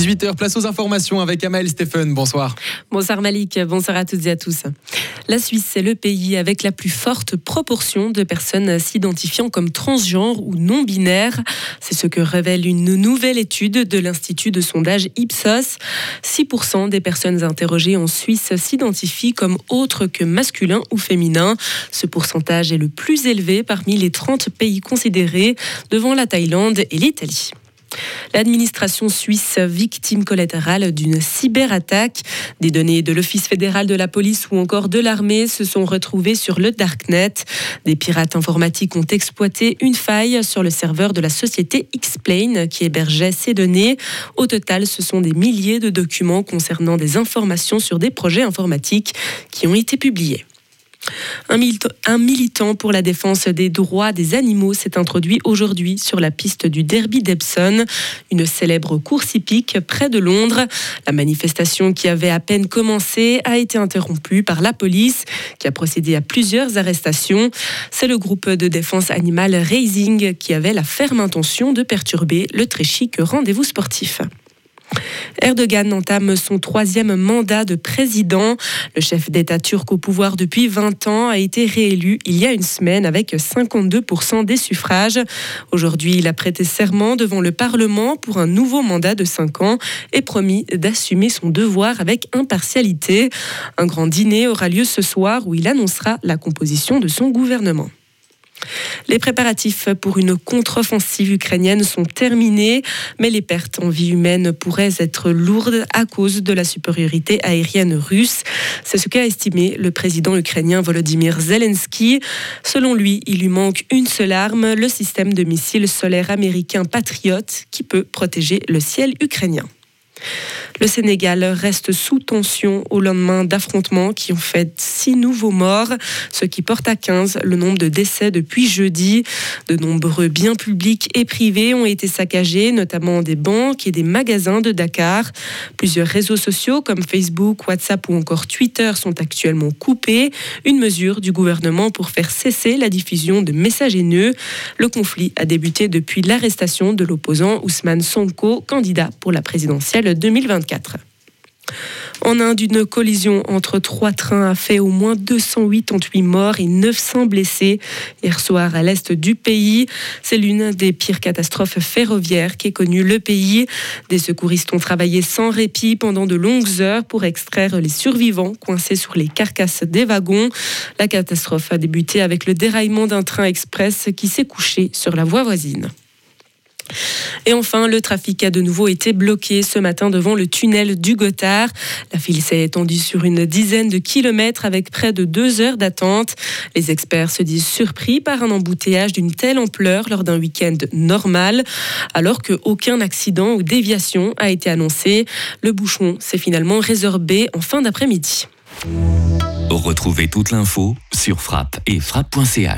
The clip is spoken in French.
18h, place aux informations avec Amael Stéphane. Bonsoir. Bonsoir Malik, bonsoir à toutes et à tous. La Suisse est le pays avec la plus forte proportion de personnes s'identifiant comme transgenres ou non-binaires. C'est ce que révèle une nouvelle étude de l'Institut de sondage Ipsos. 6% des personnes interrogées en Suisse s'identifient comme autres que masculin ou féminin. Ce pourcentage est le plus élevé parmi les 30 pays considérés, devant la Thaïlande et l'Italie. L'administration suisse victime collatérale d'une cyberattaque. Des données de l'Office fédéral de la police ou encore de l'armée se sont retrouvées sur le Darknet. Des pirates informatiques ont exploité une faille sur le serveur de la société Explain qui hébergeait ces données. Au total, ce sont des milliers de documents concernant des informations sur des projets informatiques qui ont été publiés. Un militant pour la défense des droits des animaux s'est introduit aujourd'hui sur la piste du Derby d'Epsom, une célèbre course hippique près de Londres. La manifestation qui avait à peine commencé a été interrompue par la police qui a procédé à plusieurs arrestations. C'est le groupe de défense animale Raising qui avait la ferme intention de perturber le très chic rendez-vous sportif. Erdogan entame son 3e mandat de président. Le chef d'État turc au pouvoir depuis 20 ans a été réélu il y a une semaine avec 52% des suffrages. Aujourd'hui, il a prêté serment devant le Parlement pour un nouveau mandat de 5 ans et promis d'assumer son devoir avec impartialité. Un grand dîner aura lieu ce soir où il annoncera la composition de son gouvernement. Les préparatifs pour une contre-offensive ukrainienne sont terminés, mais les pertes en vie humaine pourraient être lourdes à cause de la supériorité aérienne russe. C'est ce qu'a estimé le président ukrainien Volodymyr Zelensky. Selon lui, il lui manque une seule arme, le système de missiles solaires américain Patriot, qui peut protéger le ciel ukrainien. Le Sénégal reste sous tension au lendemain d'affrontements qui ont fait 6 nouveaux morts, ce qui porte à 15 le nombre de décès depuis jeudi. De nombreux biens publics et privés ont été saccagés, notamment des banques et des magasins de Dakar. Plusieurs réseaux sociaux comme Facebook, WhatsApp ou encore Twitter sont actuellement coupés, une mesure du gouvernement pour faire cesser la diffusion de messages haineux. Le conflit a débuté depuis l'arrestation de l'opposant Ousmane Sonko, candidat pour la présidentielle 2024. En Inde, une collision entre 3 trains a fait au moins 288 morts et 900 blessés hier soir à l'est du pays. C'est l'une des pires catastrophes ferroviaires qu'ait connue le pays. Des secouristes ont travaillé sans répit pendant de longues heures pour extraire les survivants coincés sur les carcasses des wagons. La catastrophe a débuté avec le déraillement d'un train express qui s'est couché sur la voie voisine. Et enfin, le trafic a de nouveau été bloqué ce matin devant le tunnel du Gothard. La file s'est étendue sur une dizaine de kilomètres avec près de 2 heures d'attente. Les experts se disent surpris par un embouteillage d'une telle ampleur lors d'un week-end normal, alors qu'aucun accident ou déviation a été annoncé. Le bouchon s'est finalement résorbé en fin d'après-midi. Retrouvez toute l'info sur frappe et frappe.ch.